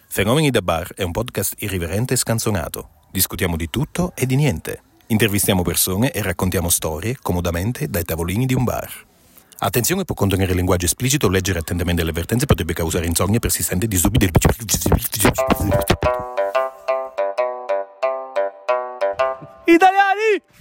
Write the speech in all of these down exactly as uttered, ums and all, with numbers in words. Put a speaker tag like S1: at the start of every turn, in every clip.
S1: Fenomeni da bar è un podcast irriverente e scanzonato. Discutiamo di tutto e di niente. Intervistiamo persone e raccontiamo storie comodamente dai tavolini di un bar. Attenzione, può contenere linguaggio esplicito, leggere attentamente le avvertenze potrebbe causare insonnia persistente e disturbi del...
S2: Italiani!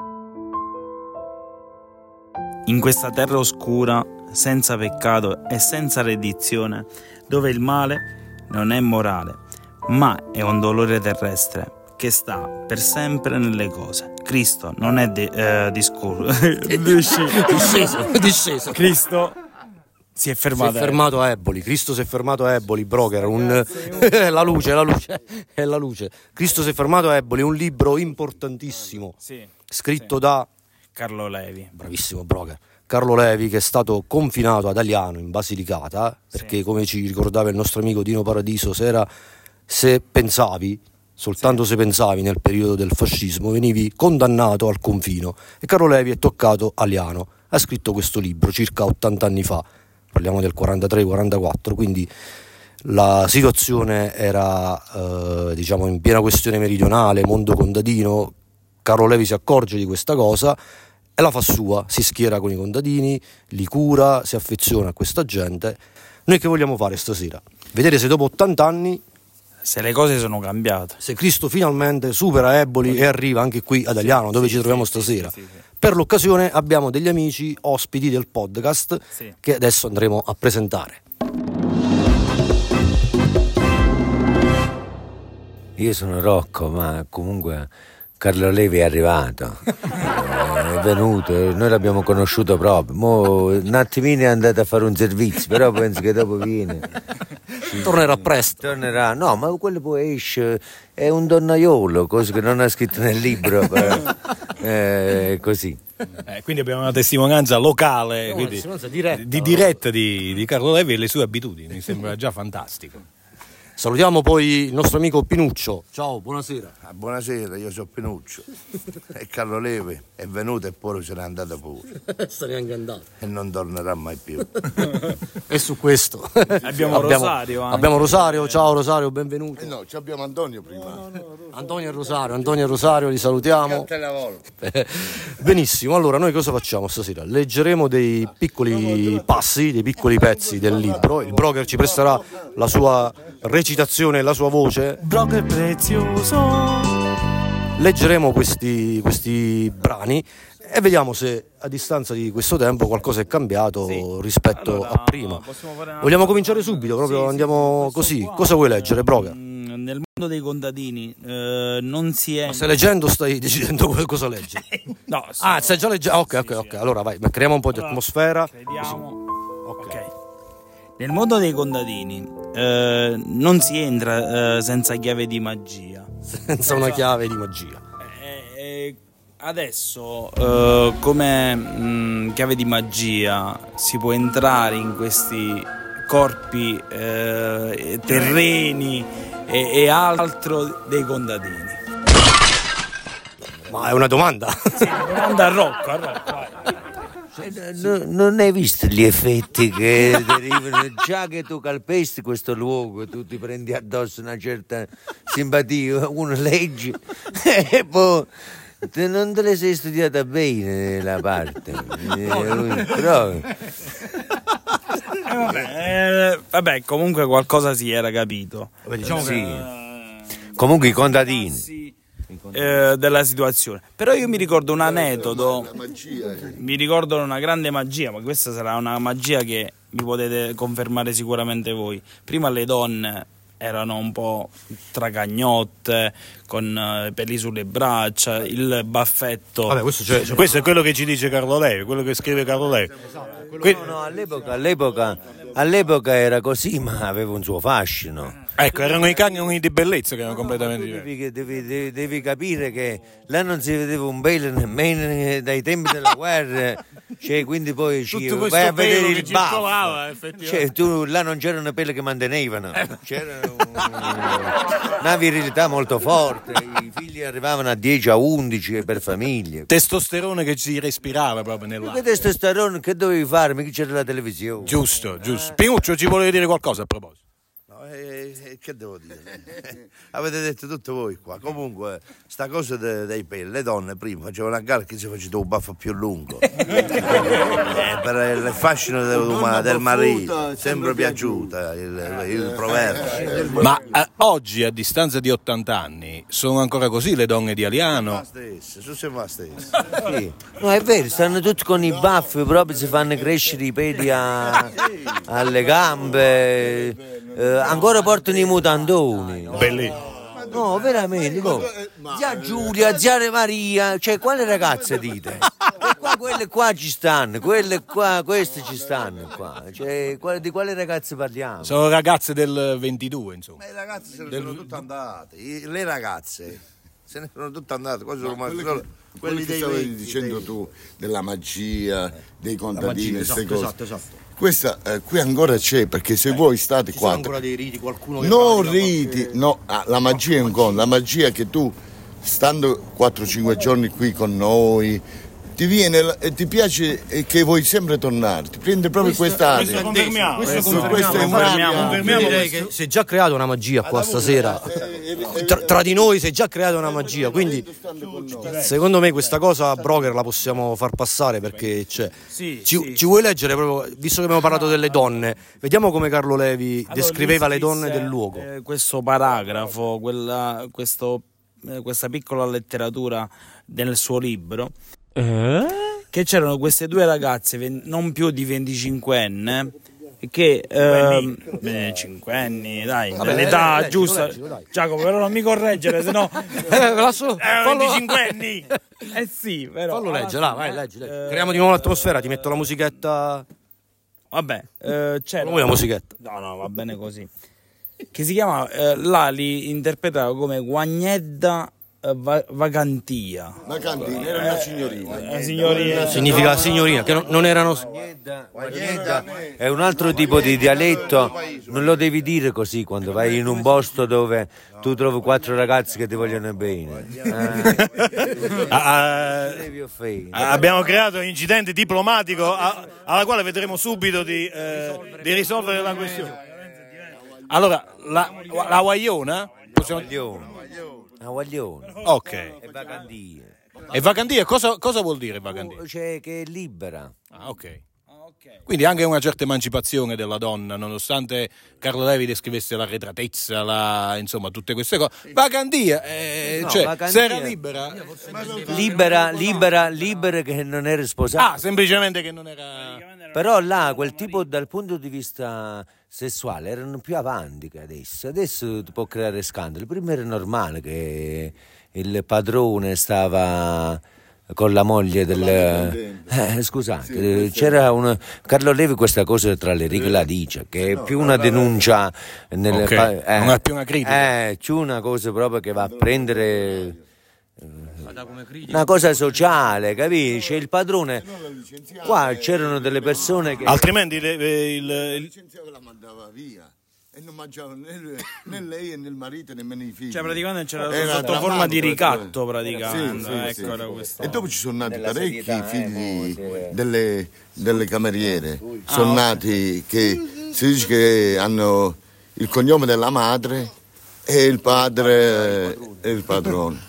S2: In questa terra oscura, senza peccato e senza reddizione, dove il male non è morale, ma è un dolore terrestre che sta per sempre nelle cose. Cristo non è di, eh, discorso.
S3: disceso, disceso.
S2: Cristo si è fermato.
S3: Si è fermato a Eboli. Cristo si è fermato a Eboli, broker. Un... la luce, la luce, è la luce. Cristo si è fermato a Eboli, un libro importantissimo,
S2: sì,
S3: scritto
S2: sì.
S3: da
S2: Carlo Levi.
S3: Bravissimo, broker. Carlo Levi, che è stato confinato ad Aliano in Basilicata, perché sì, come ci ricordava il nostro amico Dino Paradiso, se, era, se pensavi, soltanto sì, se pensavi nel periodo del fascismo, venivi condannato al confino. E Carlo Levi è toccato Aliano. Ha scritto questo libro circa ottanta anni fa, parliamo del quarantatré quarantaquattro, quindi la situazione era eh, diciamo in piena questione meridionale, mondo contadino. Carlo Levi si accorge di questa cosa e la fa sua, si schiera con i contadini, li cura, si affeziona a questa gente. Noi che vogliamo fare stasera? Vedere se dopo ottanta anni,
S2: se le cose sono cambiate,
S3: se Cristo finalmente supera Eboli e arriva anche qui ad Aliano, dove
S2: sì,
S3: ci troviamo
S2: sì,
S3: stasera.
S2: sì, sì, sì.
S3: Per l'occasione abbiamo degli amici ospiti del podcast, sì, che adesso andremo a presentare.
S4: Io sono Rocco, ma comunque Carlo Levi è arrivato, è venuto, noi l'abbiamo conosciuto proprio. Mo un attimino è andato a fare un servizio, però penso che dopo viene. Sì,
S3: tornerà presto.
S4: Tornerà, no, ma quello poi esce, è un donnaiolo, cosa che non ha scritto nel libro, però è così.
S1: Eh, quindi abbiamo una testimonianza locale,
S3: no,
S1: quindi,
S3: testimonianza diretta,
S1: di diretta di, di Carlo Levi e le sue abitudini, mi sembra già fantastico.
S3: Salutiamo poi il nostro amico Pinuccio. Ciao, buonasera.
S5: Ah, buonasera, io sono Pinuccio. E Carlo Levi è venuto e poi se n'è andato pure.
S3: Se n'è anche andato.
S5: E non tornerà mai più.
S3: E su questo
S2: abbiamo, abbiamo Rosario anche.
S3: Abbiamo Rosario, ciao Rosario, benvenuto.
S5: Eh no, ci abbiamo Antonio prima. No, no,
S3: no, Antonio e Rosario, Antonio e Rosario, li salutiamo.
S5: La
S3: Benissimo, allora noi cosa facciamo stasera? Leggeremo dei piccoli passi, dei piccoli pezzi del libro. Il broker ci presterà la sua recitazione, la sua voce.
S2: Broker prezioso.
S3: Leggeremo questi, questi brani e vediamo se a distanza di questo tempo qualcosa è cambiato, sì, rispetto allora, a prima. Vogliamo cominciare subito, proprio sì, andiamo sì, così. Qua. Cosa vuoi leggere, broker?
S2: Nel mondo dei contadini eh, non si è.
S3: Ma stai leggendo o stai decidendo cosa leggi?
S2: No,
S3: ah, stai già leggendo? Ok, ok, ok. Allora vai, creiamo un po' di allora, atmosfera.
S2: Vediamo. Ok. okay. Nel mondo dei contadini eh, non si entra eh, senza chiave di magia.
S3: Senza una chiave di magia.
S2: Eh, eh, adesso, eh, come mh, chiave di magia, si può entrare in questi corpi eh, terreni e, e altro dei contadini.
S3: Ma è una domanda?
S2: Sì, una domanda a Rocco, a Rocco, vai.
S4: No, non hai visto gli effetti che derivano già che tu calpesti questo luogo, tu ti prendi addosso una certa simpatia, uno leggi e poi te non te le sei studiata bene la parte, eh, però
S2: eh, vabbè, eh, vabbè, comunque qualcosa si era capito.
S3: Vabbè, diciamo
S4: sì.
S3: che
S4: eh, comunque i contadini
S2: Eh, della situazione. Però io mi ricordo un aneddoto, mi ricordo una grande magia, ma questa sarà una magia che mi potete confermare sicuramente voi. Prima le donne erano un po' tracagnotte, con i peli sulle braccia, il baffetto.
S1: Vabbè, questo, cioè, cioè, questo è quello che ci dice Carlo Levi, quello che scrive Carlo Levi.
S4: Que- no, no, all'epoca, all'epoca, all'epoca era così, ma aveva un suo fascino.
S1: Ecco, erano i canoni di bellezza che erano completamente diversi.
S4: Devi, devi, devi, devi capire che là non si vedeva un pelo nemmeno dai tempi della guerra, cioè, quindi poi ci vai a vedere il baffo, cioè, tu, là non c'erano peli che mantenevano, c'era una virilità molto forte, i figli arrivavano a dieci a undici per famiglie,
S1: testosterone che si respirava proprio nell'aria.
S4: Che testosterone che dovevi fare? Mica c'era la televisione.
S1: Giusto, giusto. Pinuccio ci volevi dire qualcosa a proposito?
S5: No, eh, che devo dire? Avete detto tutto voi qua. Comunque, sta cosa de, dei peli, le donne prima facevano a gara chi si faceva un baffo più lungo. eh, per il fascino del, del marito, sempre piaciuta il, il proverbio.
S1: Ma eh, oggi, a distanza di ottanta anni, sono ancora così le donne di Aliano?
S5: Sono sempre la stessa.
S4: Sì. No, è vero, stanno tutti con i baffi, proprio si fanno crescere i peli a, alle gambe, eh, ancora portano i mutandoni.
S1: Bellissimo.
S4: No, veramente, no. Zia Giulia, zia Maria, cioè quale ragazze dite? E qua, quelle qua ci stanno, quelle qua, queste ci stanno qua. Cioè, quale, di quale ragazze parliamo?
S1: Sono ragazze del ventidue, insomma.
S5: Ma i ragazzi se ne sono tutte andate, I- le ragazze se ne sono tutte andate, qua sono rimasti solo quelli
S6: che
S5: dei
S6: stavi
S5: vecchi,
S6: dicendo
S5: dei-
S6: tu della magia, dei contadini, queste
S3: esatto,
S6: cose.
S3: esatto, esatto.
S6: Questa eh, qui ancora c'è, perché se voi state
S3: Ci sono
S6: qua,
S3: ancora dei riti, qualcuno che
S6: non
S3: pratica
S6: riti,
S3: qualche-
S6: no, ah, la magia è un conto, la magia è che tu stando quattro cinque giorni qui con noi ti viene la- e ti piace e che vuoi sempre tornare, ti prende proprio quest'aria.
S2: confermiamo,
S6: Questo,
S2: questo
S6: questo è un
S2: confermiamo,
S6: grande-
S2: confermiamo.
S3: Io direi che si è già creata una magia qua stasera. Tra, tra di noi si è già creata una magia, quindi secondo me questa cosa a Broker la possiamo far passare perché c'è.
S2: Sì,
S3: Ci,
S2: sì.
S3: ci vuoi leggere proprio, visto che abbiamo parlato delle donne, vediamo come Carlo Levi
S2: Allora,
S3: descriveva
S2: lui
S3: le donne
S2: scrisse,
S3: del luogo.
S2: eh, questo paragrafo, quella, questo, eh, questa piccola letteratura nel suo libro, che c'erano queste due ragazze, ven- non più di venticinquenne, che ehm, eh, cinquenni, dai,
S3: Vabbè,
S2: l'età
S3: leggilo,
S2: giusta.
S3: leggilo, dai.
S2: Giacomo, però non mi correggere, sennò
S3: Eh, lascio-
S2: erano
S3: fallo-
S2: venticinquenni. Eh sì, però
S3: Fallo
S2: alla
S3: leggere, là,
S2: fine,
S3: vai, leggi, leggi.
S2: eh,
S3: Creiamo di nuovo l'atmosfera, ti metto la musichetta.
S2: Vabbè, eh, c'era
S3: Non vuoi la musichetta?
S2: No, no, va bene così. Che si chiama eh, Lali interpretava come Guagnedda eh, Va- Vagantia.
S6: La cantina era una signorina.
S2: Eh, signorina.
S3: Significa signorina, che non, non erano.
S4: Guagnedda è un altro tipo di dialetto, non lo devi dire così quando vai in un posto dove tu trovi quattro ragazzi che ti vogliono bene. Eh,
S7: Ah, ah,
S4: devi offendere.
S7: ah, abbiamo creato un incidente diplomatico a- alla quale vedremo subito di, eh, di risolvere la questione.
S1: Allora, la, la guagliona? Possiamo...
S4: Guaglione. Una guaglione.
S1: Ok.
S4: E vacandie.
S1: E vacandia, cosa, cosa vuol dire vacandia?
S4: Cioè che è libera.
S1: Ah, ok. Quindi anche una certa emancipazione della donna, nonostante Carlo Levi descrivesse l'arretratezza, la, insomma, tutte queste cose. Vacandia, eh,
S4: No,
S1: cioè,
S4: vacandia-
S1: se era libera...
S4: Libera, libera, libera che non era sposata.
S1: Ah, semplicemente che non era...
S4: Però là quel tipo dal punto di vista sessuale erano più avanti che adesso. Adesso ti può creare scandali. Prima era normale che il padrone stava con la moglie del... Eh, scusate, c'era un... Carlo Levi questa cosa tra le righe la dice, che è più una denuncia... Nelle...
S1: Ok,
S4: eh,
S1: non è più una critica.
S4: Eh, c'è una cosa proprio che va a prendere... Una cosa sociale, capisci? Il padrone, qua c'erano delle persone che...
S7: Altrimenti le- le- il, il-
S6: licenziava la mandava via e non mangiava né, né lei né il marito nemmeno i figli.
S2: Cioè, praticamente c'era
S6: Era
S2: sotto
S6: drammatico,
S2: forma di ricatto,
S6: sì,
S2: praticamente.
S6: sì,
S2: ecco,
S6: sì.
S2: era questo.
S6: E dopo ci sono nati
S4: Nella
S6: parecchi
S4: serietà, eh,
S6: figli
S4: mo, sì.
S6: delle, delle cameriere. Sono nati che si dice che hanno il cognome della madre e il padre e il padrone.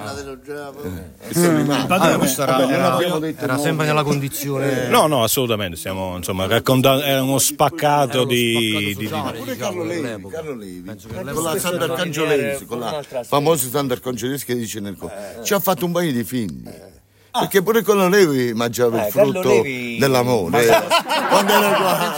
S6: E sono rimasti.
S3: Ah, questo era,
S6: Vabbè, non
S3: era-
S6: abbiamo detto
S3: era
S6: nomi.
S3: sempre nella condizione.
S1: No, no, assolutamente, stiamo insomma raccontando, era uno spaccato di... di- di-
S3: sociale,
S6: Pure
S3: diciamo,
S6: Carlo Levi,
S3: dell'epoca.
S6: Carlo Levi,
S3: Penso che
S6: con
S3: all'epoca-
S6: la Sant'Arcangiolese, con la famosa Sant'Arcangiolese che dice nel co- ci ha fatto un paio di figli. Perché pure Carlo Levi mangiava il
S4: Eh, Carlo
S6: frutto
S4: Levi-
S6: dell'amore. Quando era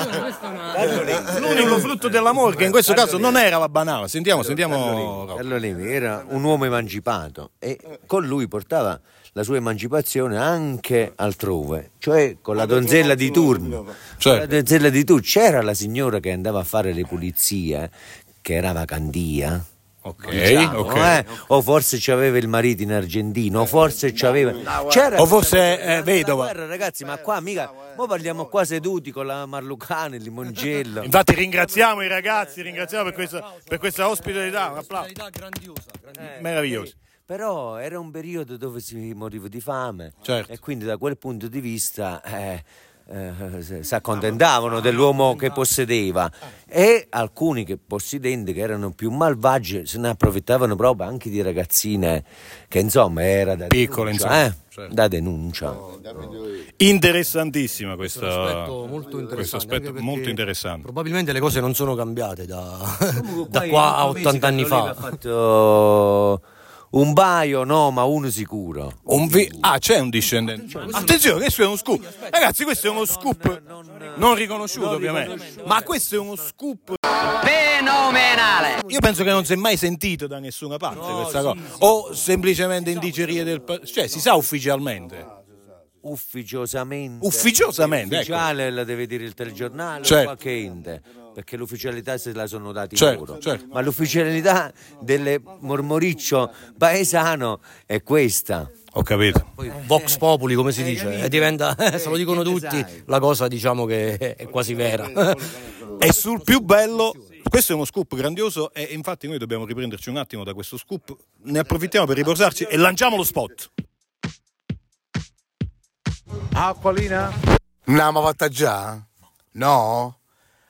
S6: qua.
S1: L'unico frutto dell'amore, che in questo caso non era la banana. Sentiamo, sentiamo.
S4: Carlo Levi era un uomo emancipato e con lui portava la sua emancipazione anche altrove, cioè con la donzella di turno.
S1: Certo.
S4: La donzella di turno c'era la signora che andava a fare le pulizie, che era vacandia.
S1: Ok,
S4: diciamo,
S1: ok.
S4: eh? O forse c'aveva il marito in Argentina, o forse c'aveva. C'era
S1: O forse,
S4: questa-
S1: eh, vedova.
S4: Guarda, ragazzi, ma qua mica. Mo parliamo qua seduti con la Marlucana, il limoncello.
S7: Infatti ringraziamo i ragazzi, ringraziamo per questa, per questa ospitalità, un applauso.
S3: grandiosa.
S7: Meraviglioso.
S4: Però era un periodo dove si moriva di fame
S1: Certo.
S4: e quindi da quel punto di vista eh, eh, si accontentavano dell'uomo che possedeva, e alcuni che possidenti, che erano più malvagi, se ne approfittavano proprio anche di ragazzine che insomma era da
S7: piccole,
S4: denuncia,
S7: insomma,
S4: eh?
S7: certo.
S4: Da denuncia.
S7: Interessantissima questa,
S3: questo aspetto molto interessante,
S7: questo aspetto molto interessante.
S3: Probabilmente le cose non sono cambiate da, da
S4: Poi
S3: qua a
S4: in
S3: ottanta anni fa.
S4: Ha fatto un paio, no, ma uno sicuro.
S7: Un vi- ah, c'è un discendente. Attenzione, questo è uno scoop. Ragazzi, questo è uno scoop non riconosciuto, ovviamente. Ma questo è uno scoop
S8: fenomenale.
S7: Io penso che non si è mai sentito da nessuna parte questa cosa. O semplicemente in dicerie del pa- cioè si sa ufficialmente.
S4: Ufficiosamente.
S7: Ufficiosamente, ecco.
S4: Ufficiale la deve dire il telegiornale
S7: Certo.
S4: o qualche ente, perché l'ufficialità se la sono dati
S7: Certo,
S4: loro.
S7: certo.
S4: Ma l'ufficialità del mormoriccio paesano è questa.
S7: Ho capito.
S3: Poi Vox Populi, come si dice, e diventa, se lo dicono tutti, la cosa diciamo che è quasi vera.
S7: E sul più bello, questo è uno scoop grandioso e infatti noi dobbiamo riprenderci un attimo da questo scoop, ne approfittiamo per riposarci e lanciamo lo spot.
S9: Acqualina? No, ma fatta già? No?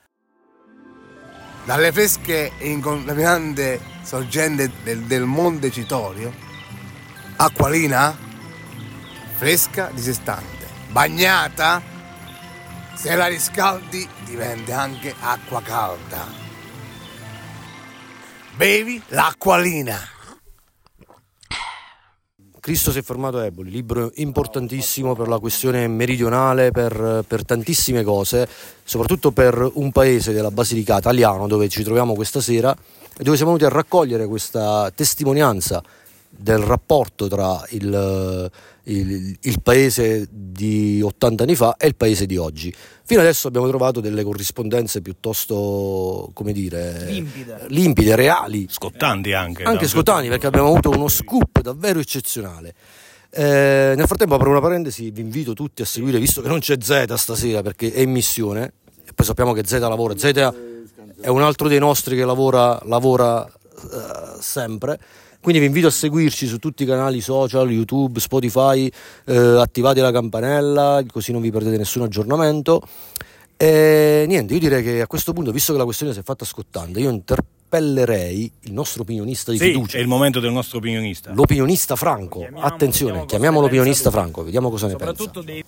S9: Dalle fresche e incontaminante sorgente del, del Monte Citorio, acqualina? Fresca, disestante, bagnata? Se la riscaldi diventa anche acqua calda. Bevi l'acqualina.
S3: Cristo si è fermato a Eboli, libro importantissimo per la questione meridionale, per, per tantissime cose, soprattutto per un paese della Basilicata, Aliano, dove ci troviamo questa sera e dove siamo venuti a raccogliere questa testimonianza del rapporto tra il, il, il paese di ottanta anni fa e il paese di oggi. Fino adesso abbiamo trovato delle corrispondenze piuttosto, come dire, limpide, limpide reali.
S7: Scottanti anche.
S3: Anche scottanti, perché abbiamo avuto uno scoop davvero eccezionale. Eh, nel frattempo, apro una parentesi, vi invito tutti a seguire, visto che non c'è Zeta stasera perché è in missione, e poi sappiamo che Zeta lavora. Zeta è un altro dei nostri che lavora, lavora uh, sempre. Quindi vi invito a seguirci su tutti i canali social, YouTube, Spotify, eh, attivate la campanella così non vi perdete nessun aggiornamento. E niente, io direi che a questo punto, visto che la questione si è fatta scottante, io interpellerei il nostro opinionista di
S7: sì,
S3: fiducia.
S7: È il momento del nostro opinionista.
S3: L'opinionista Franco, chiamiamo, attenzione, chiamiamo, chiamiamo l'opinionista Franco, vediamo cosa ne pensa.
S2: Dei...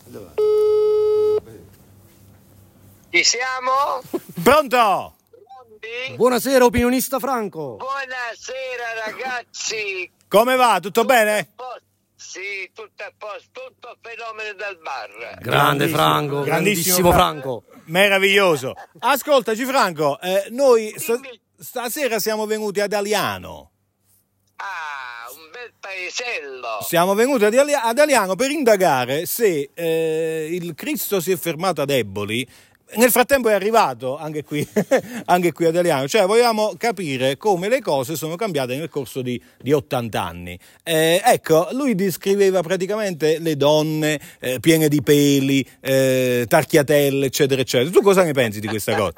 S8: Ci siamo?
S7: Pronto?
S3: Buonasera opinionista Franco.
S8: Buonasera ragazzi.
S7: Come va? Tutto, tutto bene?
S8: Sì, tutto a posto, tutto fenomeno del bar.
S3: Grande Franco, grandissimo, grandissimo Franco.
S7: Meraviglioso. Ascoltaci Franco, eh, noi st- stasera siamo venuti ad Aliano.
S8: Ah, un bel paesello.
S7: Siamo venuti ad, Ali- ad Aliano per indagare se eh, il Cristo si è fermato ad Eboli. Nel frattempo è arrivato anche qui, anche qui ad Aliano, cioè vogliamo capire come le cose sono cambiate nel corso di, di ottanta anni. Eh, ecco, lui descriveva praticamente le donne eh, piene di peli, eh, tarchiatelle, eccetera, eccetera. Tu cosa ne pensi di questa cosa?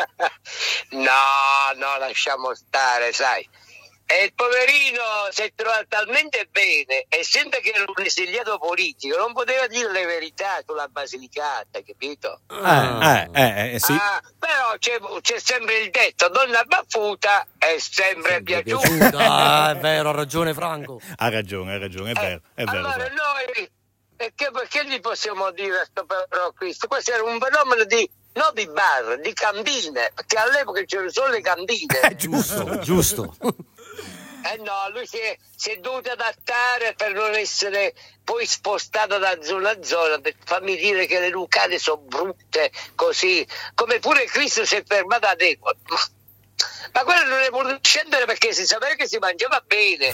S8: No, no, lasciamo stare, sai. E il poverino si è trovato talmente bene, essendo che era un esiliato politico, non poteva dire le verità sulla Basilicata, capito?
S7: Ah, eh, eh, eh, sì.
S8: Ah, però c'è, c'è sempre il detto, donna baffuta è sempre, sempre piaciuta.
S3: piaciuta. Ah, è vero, ha ragione Franco.
S7: Ha ragione, ha ragione, è vero. È vero
S8: allora
S7: vero.
S8: noi, perché, perché gli possiamo dire a sto povero Cristo? Questo era un fenomeno di... non di bar, di cantine, perché all'epoca c'erano solo le cantine.
S3: Eh, giusto, giusto.
S8: Eh no, lui si è, si è dovuto adattare per non essere poi spostato da zona a zona. Fammi dire che le lucane sono brutte così, come pure Cristo si è fermato ad Eboli. Ma, ma quello non è voluto scendere perché si sapeva che si mangiava bene.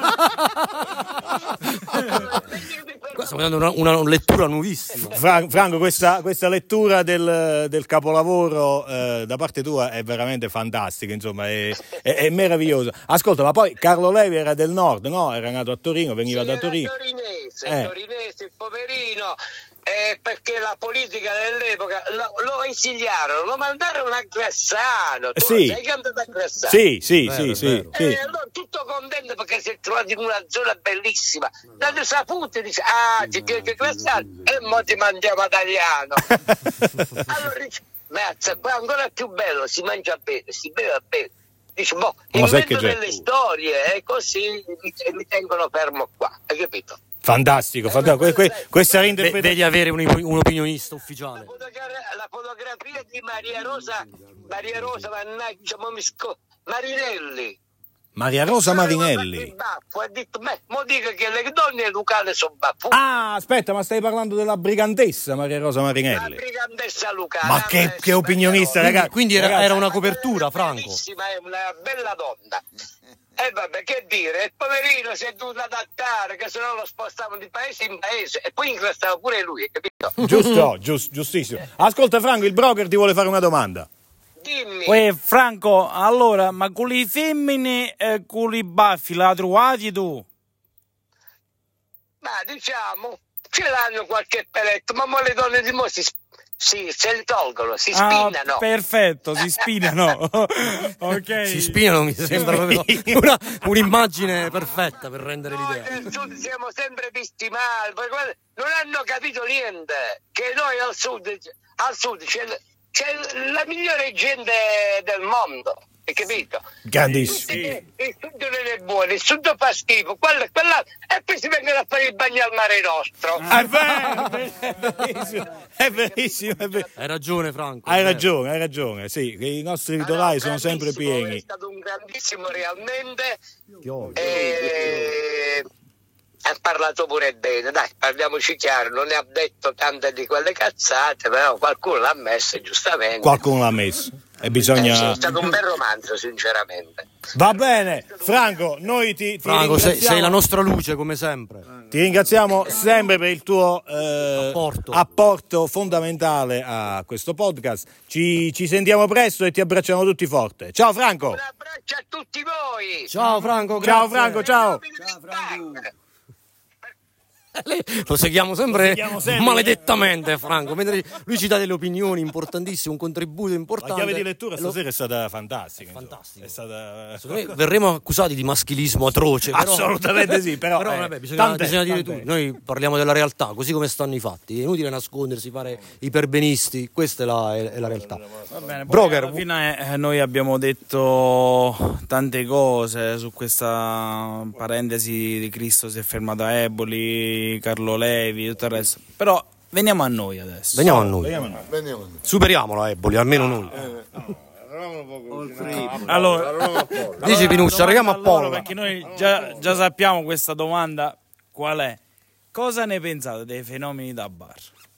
S3: Stiamo dando una, una lettura nuovissima.
S7: Fra- Franco, questa, questa lettura del, del capolavoro eh, da parte tua è veramente fantastica, insomma, è, è, è meravigliosa. Ascolta, ma poi Carlo Levi era del nord, no? Era nato a Torino, veniva
S8: sì,
S7: da Torino.
S8: Era torinese,
S7: eh.
S8: torinese, il poverino. Eh, perché la politica dell'epoca lo, lo esiliarono, lo mandarono a Grassano. Tu
S7: sì.
S8: sai che è andato a Grassano?
S7: Sì, sì,
S3: vero,
S7: sì, sì,
S3: vero.
S7: sì.
S8: E allora tutto contento perché si è trovato in una zona bellissima. L'hanno saputo, dice, ah, ti piace Graziano? E mo ti mangiamo italiano. Allora dice, mazza, qua è ancora più bello, si mangia bene, si beve bene. Dice, boh, in mezzo delle storie, e così mi, mi tengono fermo qua, hai capito?
S7: Fantastico, fantastico. Que- que- questa reinterpretazione.
S3: Vedi avere un, un opinionista ufficiale.
S8: La, fotogra- la fotografia di Maria Rosa, Maria Rosa, mannaggia, mo mi sco- Marinelli.
S7: Maria Rosa Marinelli.
S8: Baffo, ha detto, beh, mo dica che le donne lucane sono baffo.
S7: Ah, aspetta, ma stai parlando della brigantessa Maria Rosa Marinelli?
S8: La brigantessa lucana.
S7: Ma che, che opinionista, ragazzi.
S3: Quindi era,
S7: ragazzi,
S3: era una copertura, Franco.
S8: Bellissima, è una bella donna. E eh, vabbè, che dire, il poverino si è dovuto adattare, che se no lo spostavano di paese in paese, e poi ingrassava pure lui, capito?
S7: Giusto, giust, giustissimo. Ascolta Franco, il broker ti vuole fare una domanda.
S8: Dimmi.
S2: Uè, Franco, allora, ma con le femmine e con i baffi la trovati tu?
S8: Ma diciamo, ce l'hanno qualche peletto, ma mo le donne di mo si, si se li tolgono, si spinano.
S2: Ah, perfetto, si spinano. Ok.
S3: Si spinano, mi sembra proprio una, un'immagine perfetta per rendere
S8: Noi
S3: l'idea.
S8: del sud siamo sempre visti male, perché guarda, non hanno capito niente, che noi al sud, al sud c'è, c'è la migliore gente del mondo. Hai capito?
S7: Grandissimo.
S8: Il sud non è buono, il sud fa schifo, quello, quella, e poi si vengono a fare il bagno al mare nostro.
S7: È vero, è verissimo, è verissimo, è verissimo.
S3: Hai ragione, Franco.
S7: Hai ragione, hai ragione, sì, che i nostri litorali sono sempre pieni.
S8: È stato un grandissimo realmente. E... ha parlato pure bene, dai, parliamoci chiaro, non ne ha detto tante di quelle cazzate, però qualcuno l'ha messo, giustamente.
S7: Qualcuno l'ha messo e bisogna...
S8: Eh sì, è stato un bel romanzo, sinceramente.
S7: Va bene, Franco, noi ti, ti
S3: Franco,
S7: ringraziamo.
S3: sei, sei la nostra luce, come sempre.
S7: Ti ringraziamo sempre per il tuo eh,
S3: apporto.
S7: apporto fondamentale a questo podcast. Ci, ci sentiamo presto e ti abbracciamo tutti forte. Ciao Franco!
S8: Un abbraccio a tutti voi!
S3: Ciao Franco, grazie.
S7: Ciao Franco, ciao!
S8: Ciao Franco!
S3: Lo seguiamo sempre,
S7: Lo seguiamo sempre.
S3: maledettamente, Franco. Mentre lui ci dà delle opinioni importantissime, un contributo importante.
S7: La chiave di lettura
S3: Lo-
S7: stasera è stata fantastica.
S3: Fantastico.
S7: È stata...
S3: Secondo me verremo accusati di maschilismo atroce. Però...
S7: Assolutamente sì, però,
S3: però
S7: eh,
S3: vabbè, bisogna,
S7: tant'è,
S3: bisogna dire
S7: tant'è.
S3: tutto. Noi parliamo della realtà, così come stanno i fatti. È inutile nascondersi, fare i perbenisti. Questa è la, è, è la realtà.
S2: Va bene, poi
S3: Broker,
S2: alla fine eh, noi abbiamo detto tante cose su questa parentesi di Cristo si è fermato a Eboli, Carlo Levi, tutto il resto. Però veniamo a noi adesso.
S3: veniamo a noi.
S7: Vediamo noi.
S6: Veniamo.
S3: Superiamola, Eboli, almeno noi.
S2: Allora,
S3: Dici Pinuccia, arriviamo a
S2: allora,
S3: Polla.
S2: perché noi già, già sappiamo questa domanda qual è. Cosa ne pensate dei fenomeni da bar?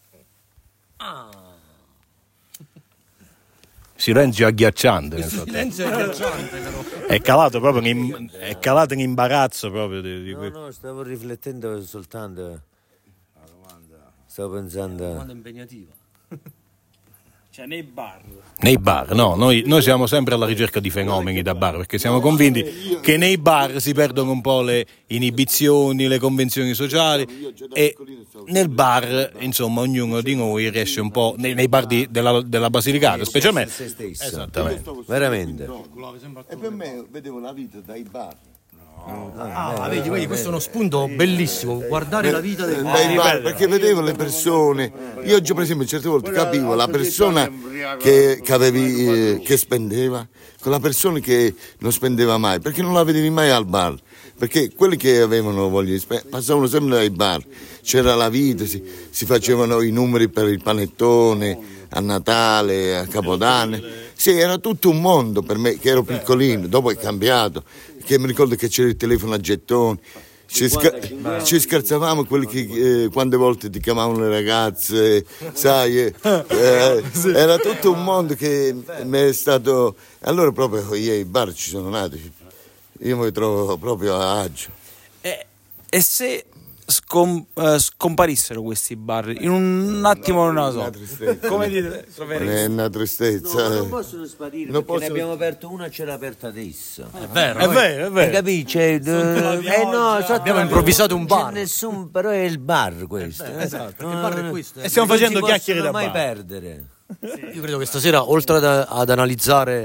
S7: Silenzio agghiacciante. nel frattempo.
S3: Silenzio agghiacciante, però.
S7: È calato proprio in, è calato in imbarazzo proprio di, di
S4: No,
S7: que-
S4: no, stavo riflettendo soltanto. Stavo pensando.
S3: Domanda impegnativa.
S2: Cioè nei bar.
S7: nei bar. No, noi, noi siamo sempre alla ricerca di fenomeni da bar perché siamo convinti che nei bar si perdono un po' le inibizioni, le convenzioni sociali e nel bar, insomma, ognuno di noi riesce un po' nei, nei bar di, della, della Basilicata, specialmente.
S4: Se stesso.
S7: Esattamente.
S4: Veramente.
S6: E per me vedevo la vita dai bar.
S3: Ah, vedi, vedi, questo è uno spunto bellissimo. Guardare la vita dei
S6: Dai bar, perché vedevo le persone. Io oggi, per esempio, certe volte capivo la persona che, che, avevi, eh, che spendeva con la persona che non spendeva mai, perché non la vedevi mai al bar. Perché quelli che avevano voglia di spendere passavano sempre dai bar, c'era la vita, si, si facevano i numeri per il panettone a Natale, a Capodanno. Sì, era tutto un mondo per me che ero piccolino, dopo è cambiato, che mi ricordo che c'era il telefono a gettoni. Ci, sca- ci scherzavamo quelli che eh, quante volte ti chiamavano le ragazze, sai, eh, eh, era tutto un mondo che mi è stato. Allora proprio io ai bar ci sono nato, io mi trovo proprio a agio.
S2: E, e se scom- eh, scomparissero questi bar in un attimo, non lo so.
S6: Una tristezza.
S2: Come dite?
S6: È una tristezza.
S4: No, non possono sparire
S6: Non
S4: perché
S6: possono-
S4: ne abbiamo aperto una e ce l'ha aperta adesso.
S3: È vero,
S7: È vero, è
S4: Hai
S7: vero.
S4: capito? Cioè, eh, no, sotto
S3: Abbiamo
S4: la-
S3: improvvisato un
S4: non c'è
S3: bar.
S4: nessun, però è il bar questo.
S3: esatto,
S4: No,
S3: il bar è
S4: no,
S3: questo, eh.
S7: E stiamo
S4: non
S7: facendo
S4: si
S7: chiacchiere da
S4: possono mai
S7: bar.
S4: perdere.
S3: Io credo che stasera, oltre ad, ad analizzare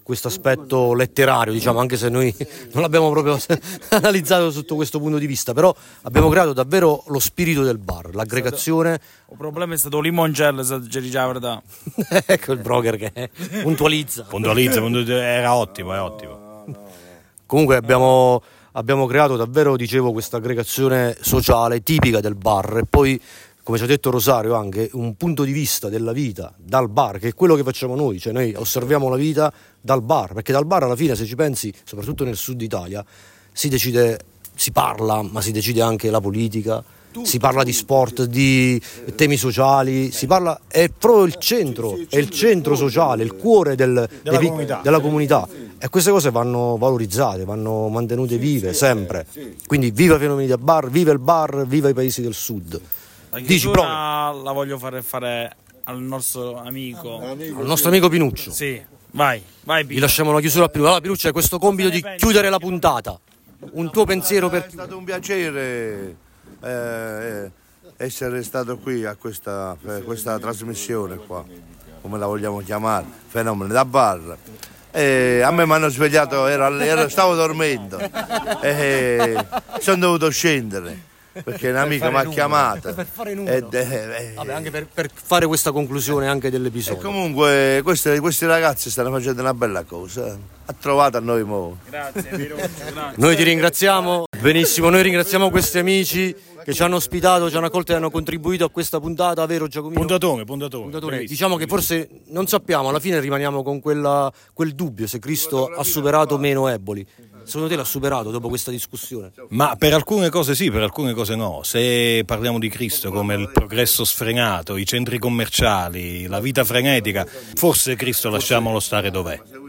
S3: questo aspetto letterario, diciamo, anche se noi non l'abbiamo proprio analizzato sotto questo punto di vista, però abbiamo creato davvero lo spirito del bar, l'aggregazione.
S2: Il problema è stato limoncello, se ci dice la verità.
S3: Ecco il broker che puntualizza.
S7: Puntualizza, era ottimo, è ottimo.
S3: Comunque abbiamo, abbiamo creato davvero, dicevo, questa aggregazione sociale tipica del bar, e poi, come ci ha detto Rosario, anche un punto di vista della vita dal bar, che è quello che facciamo noi, cioè noi osserviamo la vita dal bar, perché dal bar alla fine, se ci pensi, soprattutto nel sud Italia, si decide, si parla, ma si decide anche la politica, si parla di sport, di temi sociali, si parla, è proprio il centro, è il centro sociale, il cuore del,
S7: della,
S3: dei,
S7: comunità.
S3: della comunità, e queste cose vanno valorizzate, vanno mantenute vive sempre. Quindi viva Fenomeni da Bar, viva il bar, viva i paesi del sud.
S2: La
S3: Dici,
S2: chiusura la voglio fare fare al nostro amico.
S3: Al nostro amico Pinuccio.
S2: Sì, vai, vai
S3: Gli
S2: Pino.
S3: lasciamo la chiusura prima. Allora Pinuccio, hai questo compito di chiudere la puntata. Un tuo pensiero per...
S5: È stato un piacere eh, essere stato qui a questa, per questa trasmissione qua, come la vogliamo chiamare, Fenomeni da Bar. E a me mi hanno svegliato, ero, ero, stavo dormendo e sono dovuto scendere perché un'amica mi ha chiamato
S3: per fare
S5: ed, eh,
S3: Vabbè, anche per, per fare questa conclusione anche dell'episodio.
S5: e comunque questi, questi ragazzi stanno facendo una bella cosa, ha trovato a noi mo.
S2: Grazie, Pinuccio, grazie.
S3: Noi ti ringraziamo, benissimo, noi ringraziamo questi amici che ci hanno ospitato, ci hanno accolto e hanno contribuito a questa puntata, vero Giacomino?
S7: Puntatone, puntatone.
S3: Puntatone. Diciamo che forse non sappiamo, alla fine rimaniamo con quella, quel dubbio se Cristo ha superato meno Eboli. Secondo te l'ha superato dopo questa discussione?
S7: Ma per alcune cose sì, per alcune cose no. Se parliamo di Cristo come il progresso sfrenato, i centri commerciali, la vita frenetica, forse Cristo lasciamolo stare dov'è.